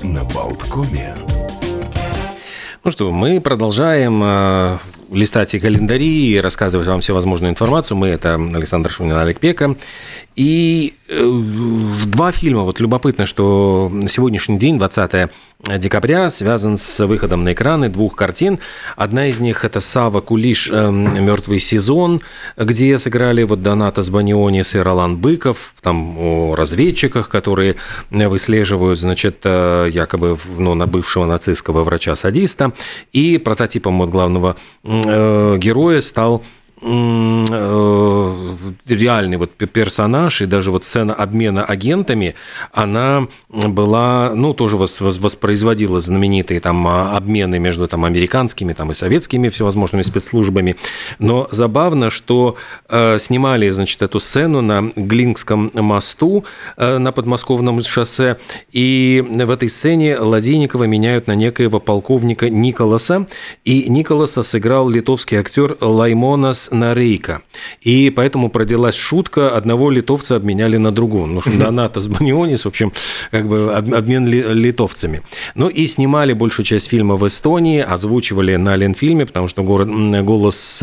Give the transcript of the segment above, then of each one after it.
на Болткоме. Ну что, мы продолжаем листать и календари, и рассказывать вам всевозможную информацию. Мы — это Александр Шунин, Олег Пека. И два фильма. Вот любопытно, что сегодняшний день, 20 декабря, связан с выходом на экраны двух картин. Одна из них — это Сава Кулиш «Мертвый сезон», где сыграли вот Донатас Банионис и Ролан Быков, там о разведчиках, которые выслеживают, значит, якобы на бывшего нацистского врача-садиста. И прототипом вот главного героя стал реальный вот персонаж, и даже вот сцена обмена агентами, она была, тоже воспроизводила знаменитые там обмены между там американскими там и советскими всевозможными спецслужбами. Но забавно, что снимали, значит, эту сцену на Глинском мосту на подмосковном шоссе, и в этой сцене Ладейникова меняют на некоего полковника Николаса, и Николаса сыграл литовский актер Лаймонас Нарейка. И поэтому родилась шутка: одного литовца обменяли на другого. Ну, что Донатас Банионис, в общем, как бы обмен литовцами. Ну, и снимали большую часть фильма в Эстонии, озвучивали на Ленфильме, потому что голос...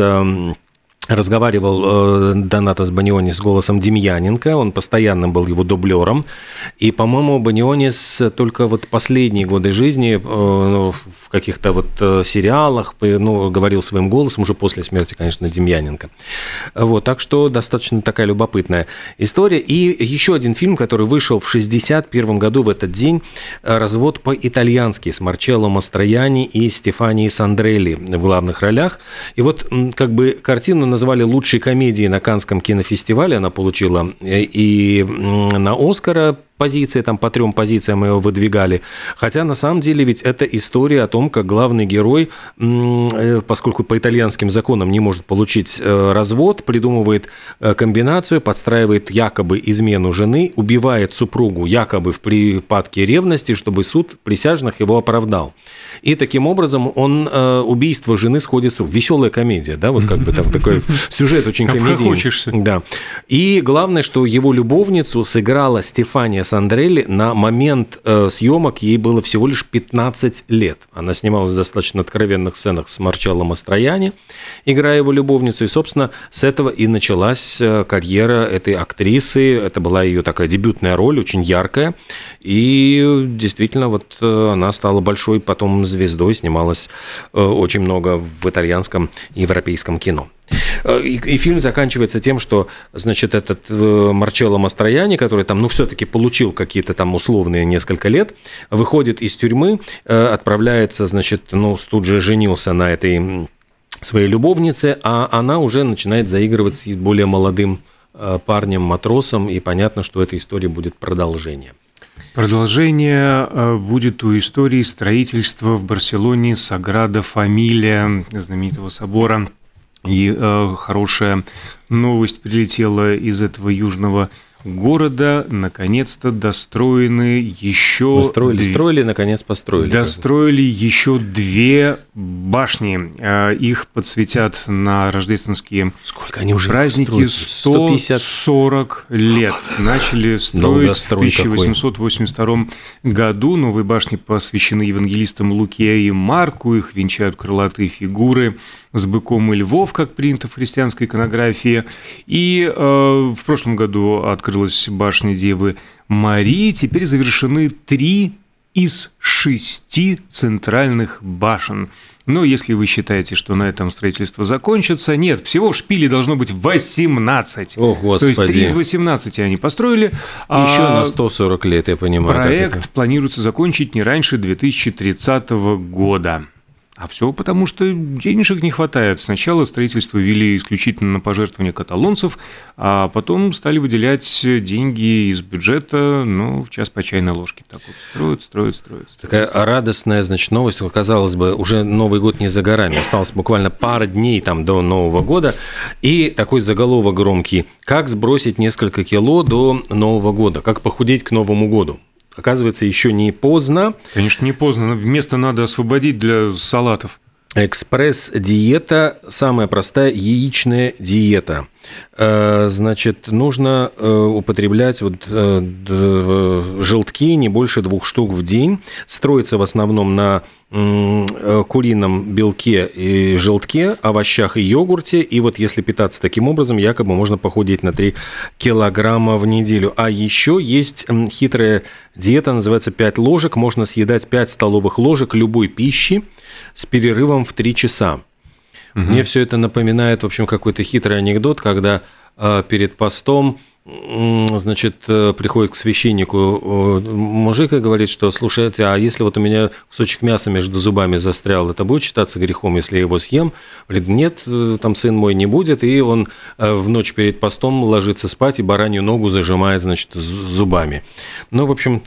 Разговаривал Донатас Банионис с голосом Демьяненко, он постоянно был его дублером. И, по-моему, Банионис только вот последние годы жизни в каких-то вот сериалах говорил своим голосом, уже после смерти, конечно, Демьяненко. Вот, так что достаточно такая любопытная история. И еще один фильм, который вышел в 1961 году в этот день, «Развод по-итальянски» с Марчелло Мастроянни и Стефанией Сандрелли в главных ролях. И вот как бы картину назвали лучшей комедией на Каннском кинофестивале. Она получила и на «Оскара» позиции, там по 3 позициям ее выдвигали. Хотя, на самом деле, ведь это история о том, как главный герой, поскольку по итальянским законам не может получить развод, придумывает комбинацию, подстраивает якобы измену жены, убивает супругу якобы в припадке ревности, чтобы суд присяжных его оправдал. И таким образом убийство жены сходит с рук. Веселая комедия, да, вот как бы там такой сюжет очень комедийный. Да. И главное, что его любовницу сыграла Стефания Сандрелли. На момент съемок ей было всего лишь 15 лет. Она снималась в достаточно откровенных сценах с Марчелло Мастроянни, играя его любовницу. И, собственно, с этого и началась карьера этой актрисы. Это была ее такая дебютная роль, очень яркая. И действительно, вот она стала большой потом звездой, снималась очень много в итальянском и европейском кино. И фильм заканчивается тем, что, значит, этот Марчелло Мастроянни, который там, все-таки получил какие-то там условные несколько лет, выходит из тюрьмы, отправляется, значит, тут же женился на этой своей любовнице, а она уже начинает заигрывать с более молодым парнем, матросом, и понятно, что этой истории будет продолжение. Продолжение будет у истории строительства в Барселоне Саграда Фамилия, знаменитого собора. И хорошая новость прилетела из этого южного города. Наконец-то достроены еще... Строили, наконец построили. Достроили еще 2 башни. Их подсветят на рождественские праздники. 140 лет. Начали строить в 1882 году. Новые башни посвящены евангелистам Луке и Марку. Их венчают крылатые фигуры с быком и львов, как принято в христианской иконографии. И в прошлом году открылась башня Девы Марии. Теперь завершены 3 из 6 центральных башен. Но если вы считаете, что на этом строительство закончится, нет, всего шпилей должно быть 18. О, Господи. То есть 3 из 18 они построили. Еще на 140 лет, я понимаю. Проект планируется закончить не раньше 2030 года. А все потому, что денежек не хватает. Сначала строительство вели исключительно на пожертвования каталонцев, а потом стали выделять деньги из бюджета, в час по чайной ложке. Так вот строят. Такая радостная, значит, новость. Казалось бы, уже Новый год не за горами. Осталось буквально пара дней там до Нового года. И такой заголовок громкий. Как сбросить несколько кило до Нового года? Как похудеть к Новому году? Оказывается, еще не поздно. Конечно, не поздно. Место надо освободить для салатов. Экспресс-диета, самая простая яичная диета. Значит, нужно употреблять желтки не больше 2 штук в день. Строится в основном на курином белке и желтке, овощах и йогурте. И вот если питаться таким образом, якобы можно похудеть на 3 килограмма в неделю. А еще есть хитрая диета, называется 5 ложек. Можно съедать 5 столовых ложек любой пищи с перерывом в 3 часа. Мне все это напоминает, в общем, какой-то хитрый анекдот, когда перед постом, значит, приходит к священнику мужик и говорит, что, слушайте, а если вот у меня кусочек мяса между зубами застрял, это будет считаться грехом, если я его съем? Говорит, нет, там сын мой не будет, и он в ночь перед постом ложится спать и баранью ногу зажимает, значит, зубами. Ну, в общем...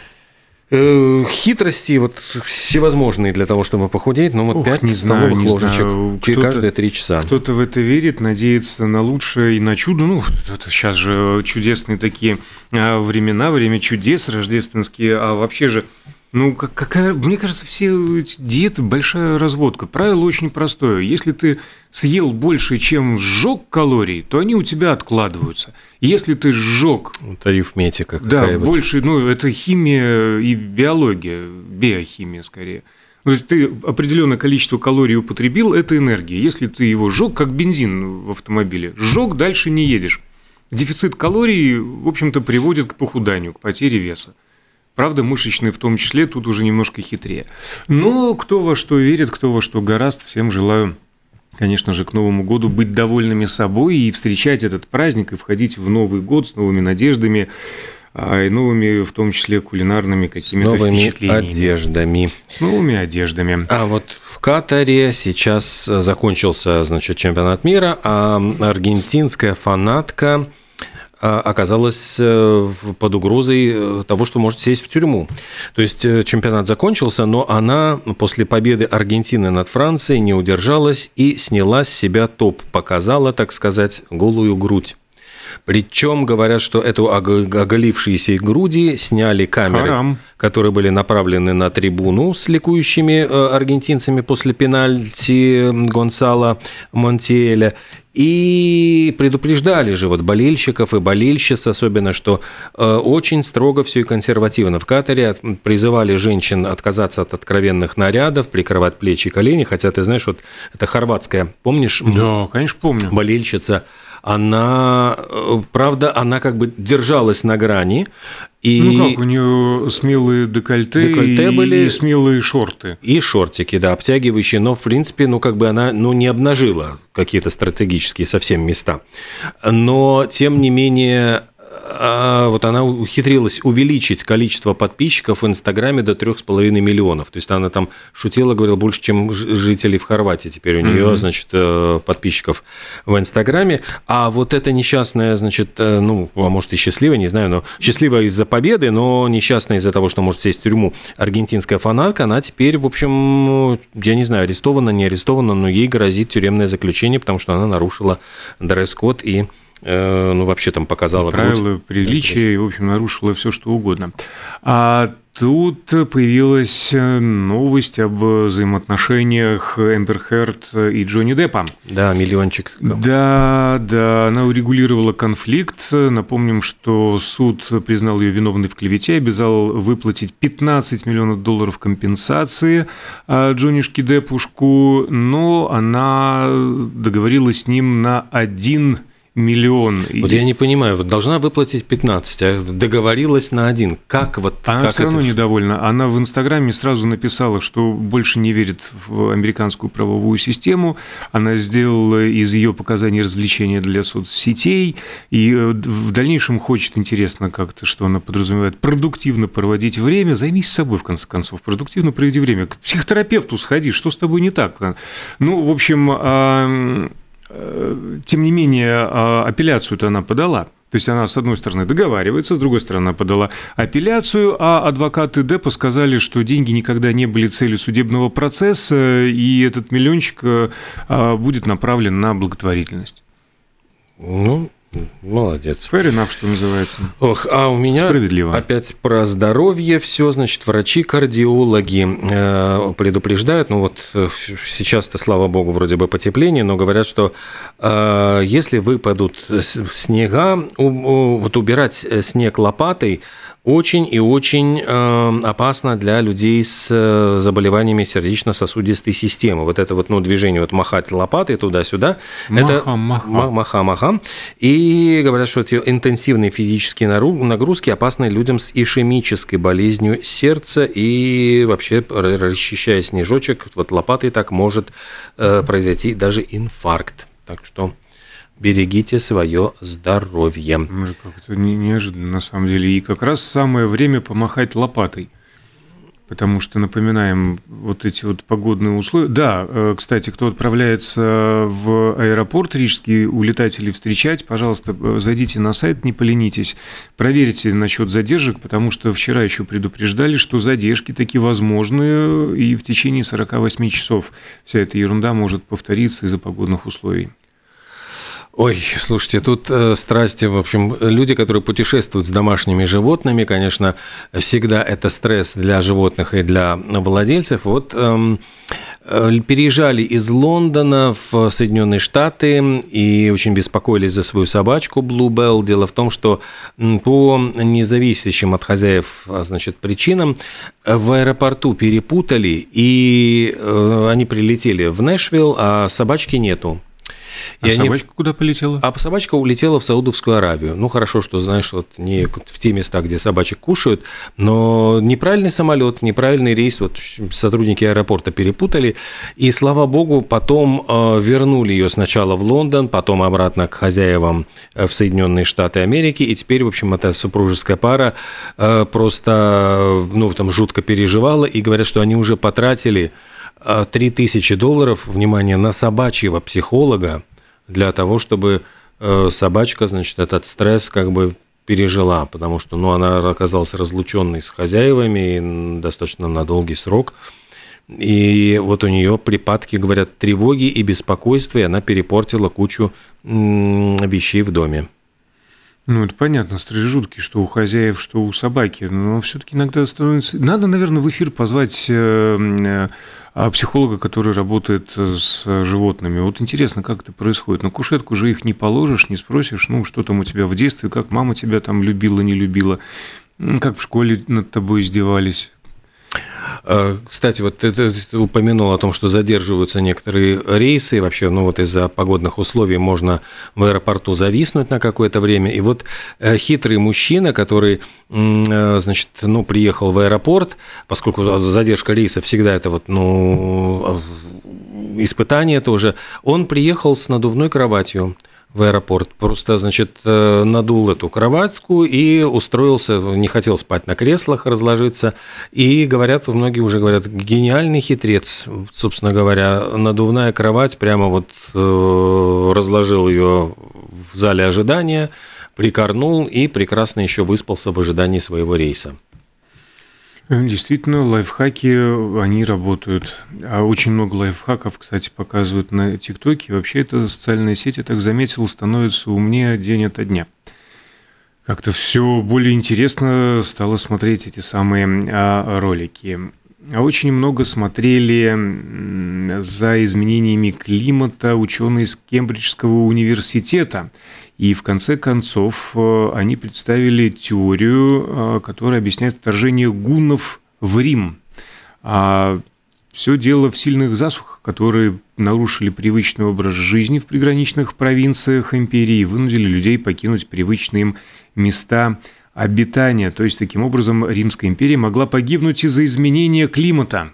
Хитрости вот всевозможные для того, чтобы похудеть, но вот 5 столовых ложечек через каждые 3 часа. Кто-то в это верит, надеется на лучшее и на чудо. Ну, это сейчас же чудесные такие времена, время чудес рождественские, а вообще же, ну, мне кажется, все эти диеты – большая разводка. Правило очень простое. Если ты съел больше, чем сжег калорий, то они у тебя откладываются. Если ты сжег… Это арифметика какая-то. Да, больше, ну, это химия и биология, биохимия скорее. То есть ты определенное количество калорий употребил – это энергия. Если ты его сжег, как бензин в автомобиле, сжег, дальше не едешь. Дефицит калорий, в общем-то, приводит к похуданию, к потере веса. Правда, мышечные в том числе тут уже немножко хитрее. Но кто во что верит, кто во что горазд, всем желаю, конечно же, к Новому году быть довольными собой и встречать этот праздник, и входить в Новый год с новыми надеждами, и новыми, в том числе, кулинарными какими-то впечатлениями. С новыми одеждами. А вот в Катаре сейчас закончился, значит, чемпионат мира, а аргентинская фанатка оказалась под угрозой того, что может сесть в тюрьму. То есть чемпионат закончился, но она после победы Аргентины над Францией не удержалась и сняла с себя топ, показала, так сказать, голую грудь. Причем говорят, что эту оголившиеся груди сняли камеры, которые были направлены на трибуну с ликующими аргентинцами после пенальти Гонсало Монтиэля. И предупреждали же вот болельщиков и болельщиц, особенно, что очень строго все и консервативно. В Катаре призывали женщин отказаться от откровенных нарядов, прикрывать плечи и колени, хотя, ты знаешь, вот это хорватская, помнишь? Да, конечно, помню. Болельщица. Она, правда, она как бы держалась на грани. И... Ну как, у нее смелые декольте были, и смелые шорты. И шортики, да, обтягивающие, но, в принципе, ну как бы она не обнажила какие-то стратегические совсем места. Но, тем не менее... Вот она ухитрилась увеличить количество подписчиков в Инстаграме до 3,5 миллионов. То есть она там шутила, говорила, больше, чем жителей в Хорватии. Теперь у нее, значит, подписчиков в Инстаграме. А вот эта несчастная, значит, ну, а может и счастливая, не знаю, но счастливая из-за победы, но несчастная из-за того, что может сесть в тюрьму, аргентинская фанатка, она теперь, в общем, я не знаю, арестована, не арестована, но ей грозит тюремное заключение, потому что она нарушила дресс-код и ну, вообще там показала правила приличия и, в общем, нарушила все, что угодно. А тут появилась новость об взаимоотношениях Эмбер Хёрд и Джонни Деппа. Да, миллиончик. Да, она урегулировала конфликт. Напомним, что суд признал ее виновной в клевете, обязал выплатить $15 миллионов компенсации Джоннишке Деппушку, но она договорилась с ним на 1 миллион. Вот я не понимаю, вот должна выплатить 15, а договорилась на 1. Как вот? Она как все равно недовольна. Она в Инстаграме сразу написала, что больше не верит в американскую правовую систему. Она сделала из ее показаний развлечения для соцсетей. И в дальнейшем хочет, интересно как-то, что она подразумевает, продуктивно проводить время. Займись собой, в конце концов. Продуктивно проведи время. К психотерапевту сходи. Что с тобой не так? Ну, в общем... Тем не менее, апелляцию-то она подала. То есть она, с одной стороны, договаривается, с другой стороны, она подала апелляцию, а адвокаты Деппа сказали, что деньги никогда не были целью судебного процесса, и этот миллиончик будет направлен на благотворительность. Ну, Молодец. Fair enough, что называется. Ох, а у меня опять про здоровье все, значит, врачи-кардиологи предупреждают, ну вот сейчас-то, слава богу, вроде бы потепление, но говорят, что если выпадут снега, вот убирать снег лопатой очень и очень опасно для людей с заболеваниями сердечно-сосудистой системы. Вот это вот, движение, вот махать лопатой туда-сюда, маха-маха. И говорят, что эти интенсивные физические нагрузки опасны людям с ишемической болезнью сердца, и вообще, расчищая снежочек, вот лопатой так может произойти даже инфаркт. Так что берегите свое здоровье. Как-то неожиданно, на самом деле. И как раз самое время помахать лопатой. Потому что, напоминаем, вот эти вот погодные условия. Да, кстати, кто отправляется в аэропорт рижский, улетателей встречать, пожалуйста, зайдите на сайт, не поленитесь, проверьте насчет задержек, потому что вчера еще предупреждали, что задержки таки возможны, и в течение 48 часов вся эта ерунда может повториться из-за погодных условий. Ой, слушайте, тут страсти, в общем, люди, которые путешествуют с домашними животными, конечно, всегда это стресс для животных и для владельцев. Вот переезжали из Лондона в Соединенные Штаты и очень беспокоились за свою собачку Bluebell. Дело в том, что по независящим от хозяев, значит, причинам в аэропорту перепутали, и они прилетели в Нэшвилл, а собачки нету. А собачка куда полетела? А собачка улетела в Саудовскую Аравию. Ну, хорошо, что, знаешь, вот не в те места, где собачек кушают, но неправильный самолет, неправильный рейс, вот сотрудники аэропорта перепутали, и, слава богу, потом вернули ее сначала в Лондон, потом обратно к хозяевам в Соединенные Штаты Америки, и теперь, в общем, эта супружеская пара просто, там жутко переживала, и говорят, что они уже потратили $3000, внимание, на собачьего психолога, для того, чтобы собачка, значит, этот стресс как бы пережила, потому что, она оказалась разлученной с хозяевами достаточно на долгий срок, и вот у нее припадки, говорят, тревоги и беспокойства, и она перепортила кучу вещей в доме. Это понятно, стресс жуткий, что у хозяев, что у собаки, но все-таки иногда становится... Надо, наверное, в эфир позвать психолога, который работает с животными. Вот интересно, как это происходит. На кушетку же их не положишь, не спросишь, что там у тебя в детстве, как мама тебя там любила, не любила, как в школе над тобой издевались. Кстати, вот ты упомянул о том, что задерживаются некоторые рейсы, вообще, из-за погодных условий можно в аэропорту зависнуть на какое-то время, и вот хитрый мужчина, который, значит, приехал в аэропорт, поскольку задержка рейса всегда это испытание тоже, он приехал с надувной кроватью в аэропорт, просто, значит, надул эту кроватку и устроился, не хотел спать на креслах, разложиться, и говорят, многие уже говорят, гениальный хитрец, собственно говоря, надувная кровать, прямо разложил ее в зале ожидания, прикорнул и прекрасно еще выспался в ожидании своего рейса. Действительно, лайфхаки, они работают. А очень много лайфхаков, кстати, показывают на ТикТоке. Вообще, эта социальная сеть, я так заметил, становится умнее день ото дня. Как-то все более интересно стало смотреть эти самые ролики. Очень много смотрели за изменениями климата ученые из Кембриджского университета. И в конце концов они представили теорию, которая объясняет вторжение гуннов в Рим. Все дело в сильных засухах, которые нарушили привычный образ жизни в приграничных провинциях империи и вынудили людей покинуть привычные им места обитания. То есть, таким образом, Римская империя могла погибнуть из-за изменения климата.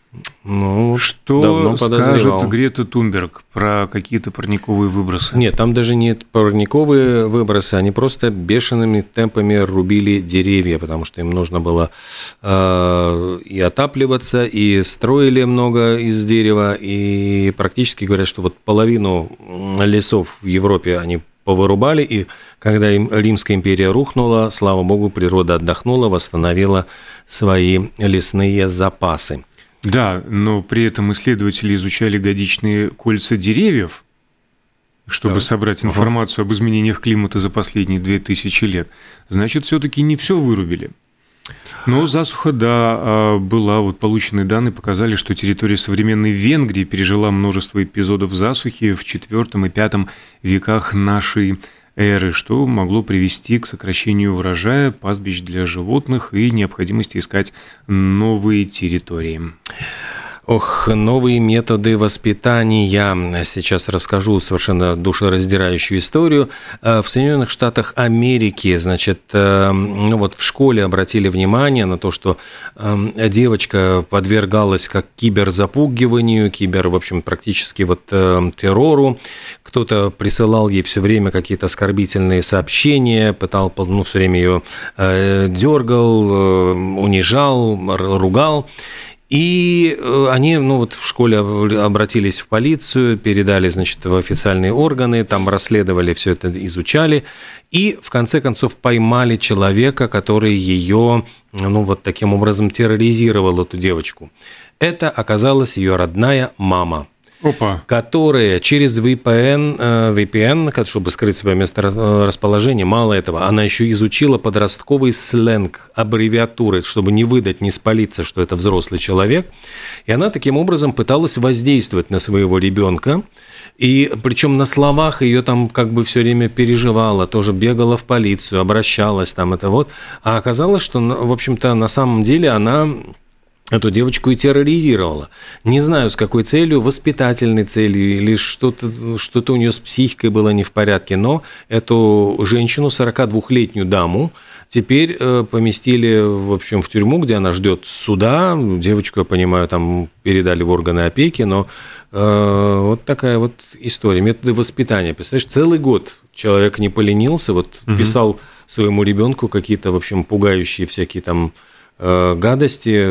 Что скажет Грета Тунберг про какие-то парниковые выбросы? Нет, там даже не парниковые выбросы, они просто бешеными темпами рубили деревья, потому что им нужно было и отапливаться, и строили много из дерева, и практически говорят, что половину лесов в Европе они повырубали, и когда Римская империя рухнула, слава богу, природа отдохнула, восстановила свои лесные запасы. Да, но при этом исследователи изучали годичные кольца деревьев, чтобы собрать информацию об изменениях климата за последние 2000 лет. Значит, все-таки не все вырубили. Но засуха, да, была. Вот полученные данные показали, что территория современной Венгрии пережила множество эпизодов засухи в IV и V веках нашей эры, что могло привести к сокращению урожая, пастбищ для животных и необходимости искать новые территории. Новые методы воспитания. Сейчас расскажу совершенно душераздирающую историю. В Соединенных Штатах Америки, в школе обратили внимание на то, что девочка подвергалась как киберзапугиванию, практически террору. Кто-то присылал ей все время какие-то оскорбительные сообщения, все время ее дергал, унижал, ругал. И они, в школе обратились в полицию, передали, в официальные органы, там расследовали, все это изучали, и в конце концов поймали человека, который ее, таким образом терроризировал, эту девочку. Это оказалась ее родная мама. Которая через VPN, чтобы скрыть свое месторасположение, мало этого, она еще изучила подростковый сленг, аббревиатуры, чтобы не выдать, не спалиться, что это взрослый человек. И она таким образом пыталась воздействовать на своего ребенка. И причем на словах ее там все время переживала, тоже бегала в полицию, обращалась А оказалось, что, на самом деле она эту девочку и терроризировала. Не знаю, с какой целью, воспитательной целью, или что-то у нее с психикой было не в порядке, но эту женщину, 42-летнюю даму, теперь поместили, в тюрьму, где она ждет суда. Девочку, я понимаю, там передали в органы опеки, но такая история. Методы воспитания. Представляешь, целый год человек не поленился, писал своему ребенку какие-то, пугающие всякие там гадости,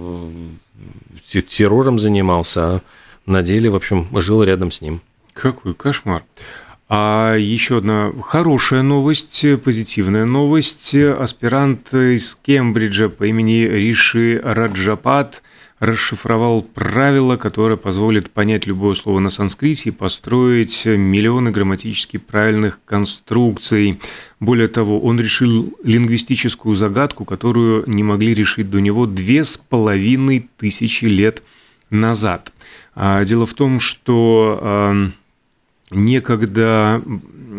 террором занимался, а на деле, жил рядом с ним. Какой кошмар. А еще одна хорошая новость, позитивная новость. Аспирант из Кембриджа по имени Риши Раджапат расшифровал правило, которое позволит понять любое слово на санскрите и построить миллионы грамматически правильных конструкций. Более того, он решил лингвистическую загадку, которую не могли решить до него 2500 лет назад. Дело в том, что некогда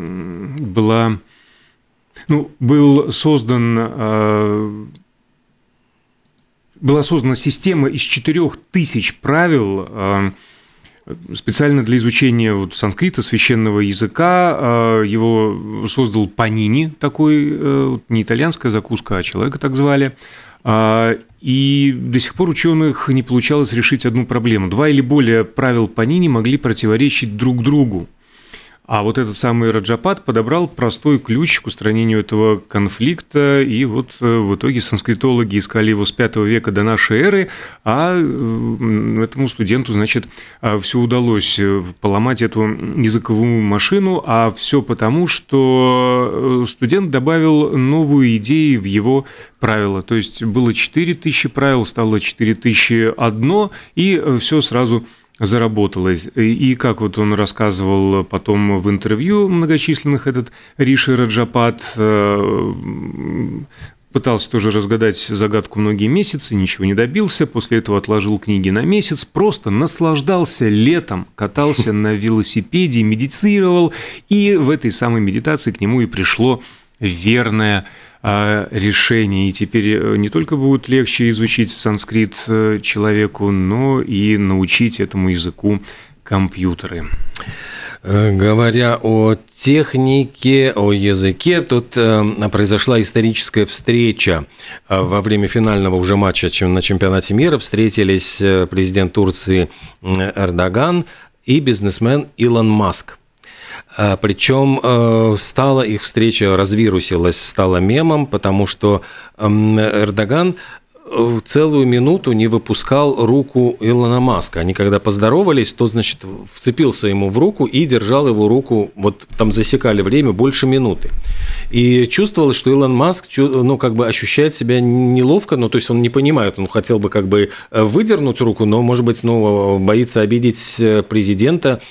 была создана система из 4000 правил специально для изучения санскрита, священного языка. Его создал Панини, такой, не итальянская закуска, а человека так звали. И до сих пор ученых не получалось решить одну проблему. 2 или более правил Панини могли противоречить друг другу. А этот самый Раджапат подобрал простой ключ к устранению этого конфликта, и в итоге санскритологи искали его с V века до нашей эры, а этому студенту, все удалось поломать эту языковую машину, а все потому, что студент добавил новые идеи в его правила. То есть было 4000 правил, стало 4001, и все сразу заработалось. И как он рассказывал потом в интервью многочисленных, этот Риши Раджапат, пытался тоже разгадать загадку многие месяцы, ничего не добился, после этого отложил книги на месяц, просто наслаждался летом, катался на велосипеде, медитировал, и в этой самой медитации к нему и пришло верное решение. И теперь не только будет легче изучить санскрит человеку, но и научить этому языку компьютеры. Говоря о технике, о языке, тут произошла историческая встреча. Во время финального уже матча на чемпионате мира встретились президент Турции Эрдоган и бизнесмен Илон Маск. Причем стала их встреча, развирусилась, стала мемом, потому что Эрдоган целую минуту не выпускал руку Илона Маска. Они когда поздоровались, то, вцепился ему в руку и держал его руку, там засекали время, больше минуты. И чувствовалось, что Илон Маск, ощущает себя неловко, то есть он не понимает, он хотел бы выдернуть руку, но, может быть, боится обидеть президента.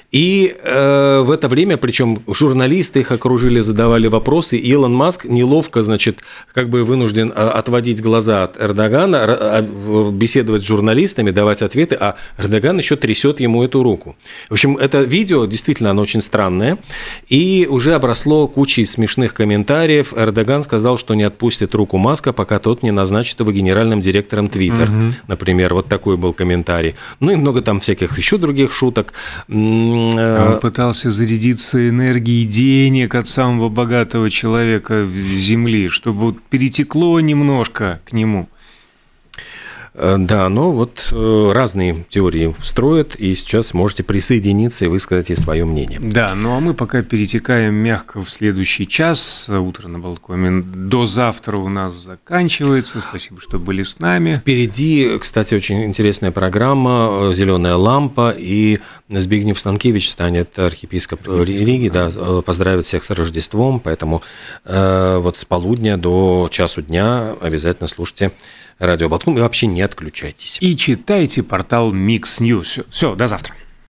И в это время, причем журналисты их окружили, задавали вопросы, и Илон Маск неловко, значит, как бы вынужден отводить глаза от Эрдогана, беседовать с журналистами, давать ответы, а Эрдоган еще трясет ему эту руку. В общем, это видео, действительно, оно очень странное, и уже обросло кучей смешных комментариев. Эрдоган сказал, что не отпустит руку Маска, пока тот не назначит его генеральным директором Твиттер. Например, вот такой был комментарий. Ну и много там всяких еще других шуток. Он пытался зарядиться энергией денег от самого богатого человека Земли, чтобы перетекло немножко к нему. Да, но вот разные теории строят, и сейчас можете присоединиться и высказать и свое мнение. Да, ну а мы пока перетекаем мягко в следующий час. Утро на балконе до завтра у нас заканчивается. Спасибо, что были с нами. Впереди, кстати, очень интересная программа «Зеленая лампа», и Збигнев Станкевич станет архиепископ Риги, да, поздравит всех с Рождеством, поэтому вот с полудня до часу дня обязательно слушайте Радио Болтком и вообще не отключайтесь. И читайте портал Mix News. Все, до завтра.